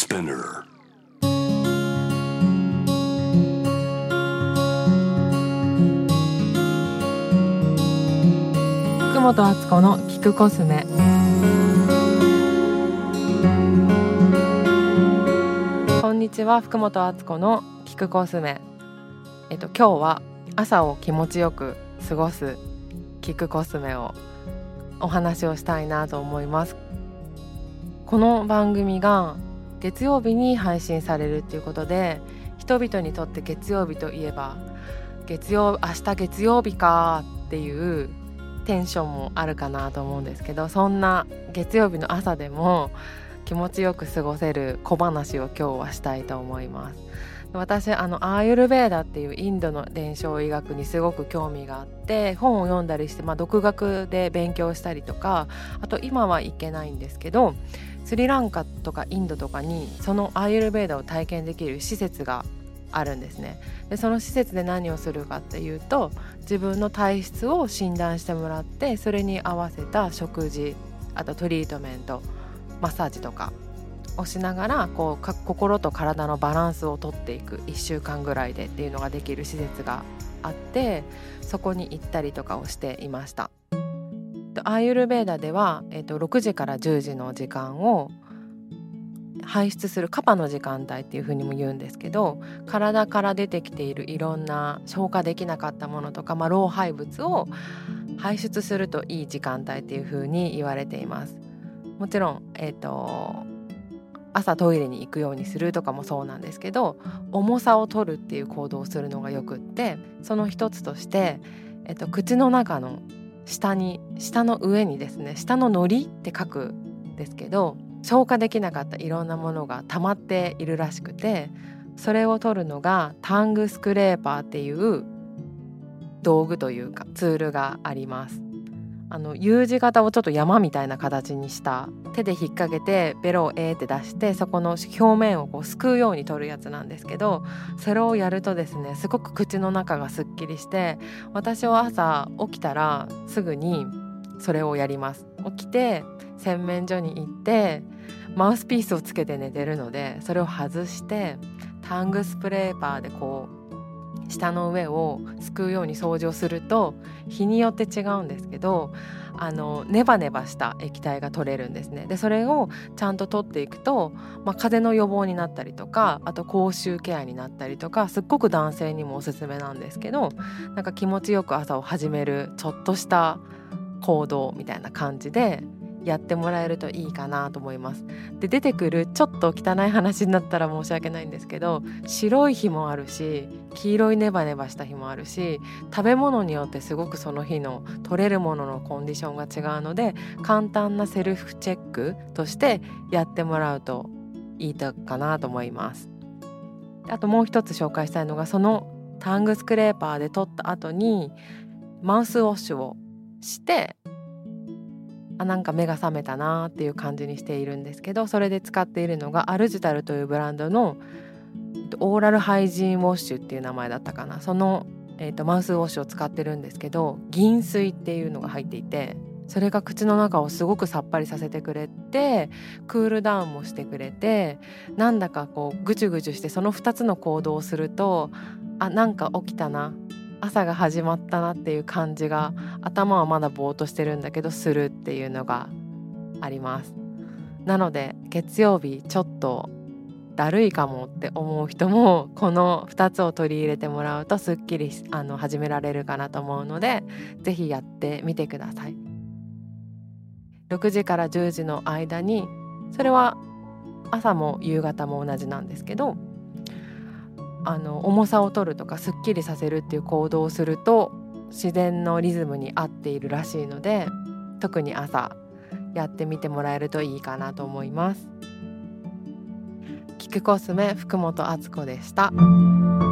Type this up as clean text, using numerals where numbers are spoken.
Spinner。 福本敦子の聞くコスメ。こんにちは、福本敦子の聞くコスメ。今日は朝を気持ちよく過ごす聞くコスメをお話をしたいなと思います。この番組が月曜日に配信されるっていうことで、人々にとって月曜日といえば明日月曜日かっていうテンションもあるかなと思うんですけど、そんな月曜日の朝でも気持ちよく過ごせる小話を今日はしたいと思います。私アーユルヴェーダっていうインドの伝承医学にすごく興味があって、本を読んだりして、独学で勉強したりとか、あと今は行けないんですけど、スリランカとかインドとかにそのアーユルヴェーダを体験できる施設があるんですね。でその施設で何をするかっていうと、自分の体質を診断してもらって、それに合わせた食事、あとトリートメント、マッサージとかをしながら心と体のバランスをとっていく1週間ぐらいでっていうのができる施設があって、そこに行ったりとかをしていました。アーユルヴェーダでは、6時から10時の時間を排出するカパの時間帯っていう風にも言うんですけど、体から出てきているいろんな消化できなかったものとか、老廃物を排出するといい時間帯っていう風に言われています。もちろん、朝トイレに行くようにするとかもそうなんですけど、重さを取るっていう行動をするのがよくって、その一つとして、口の中の下の上にですね、下ののりって書くんですけど、消化できなかったいろんなものが溜まっているらしくて、それを取るのがタングスクレーパーっていう道具というかツールがあります。U 字型をちょっと山みたいな形にした手で引っ掛けてベロをって出して、そこの表面をすくうように取るやつなんですけど、それをやるとですね、すごく口の中がすっきりして、私は朝起きたらすぐにそれをやります。起きて洗面所に行ってマウスピースをつけて寝てるので、それを外してタングスクレーパーで下の上をすくうように掃除をすると、日によって違うんですけど、ネバネバした液体が取れるんですね。でそれをちゃんと取っていくと、風邪の予防になったりとか、あと口臭ケアになったりとか、すっごく男性にもおすすめなんですけど、なんか気持ちよく朝を始めるちょっとした行動みたいな感じでやってもらえるといいかなと思います。で出てくるちょっと汚い話になったら申し訳ないんですけど、白い日もあるし、黄色いネバネバした日もあるし、食べ物によってすごくその日の取れるもののコンディションが違うので、簡単なセルフチェックとしてやってもらうといいかなと思います。あともう一つ紹介したいのが、そのタングスクレーパーで取った後にマウスウォッシュをして、なんか目が覚めたなっていう感じにしているんですけど、それで使っているのがアルジュタルというブランドのオーラルハイジーンウォッシュっていう名前だったかな。その、マウスウォッシュを使ってるんですけど、銀水っていうのが入っていて、それが口の中をすごくさっぱりさせてくれて、クールダウンもしてくれて、なんだかぐちゅぐちゅして、その2つの行動をすると、なんか起きたな、朝が始まったなっていう感じが、頭はまだぼーっとしてるんだけどするっていうのがあります。なので月曜日ちょっとだるいかもって思う人も、この2つを取り入れてもらうとすっきり始められるかなと思うので、ぜひやってみてください。6時から10時の間に、それは朝も夕方も同じなんですけど、重さを取るとかすっきりさせるっていう行動をすると自然のリズムに合っているらしいので、特に朝やってみてもらえるといいかなと思います。聞くコスメ福本敦子でした。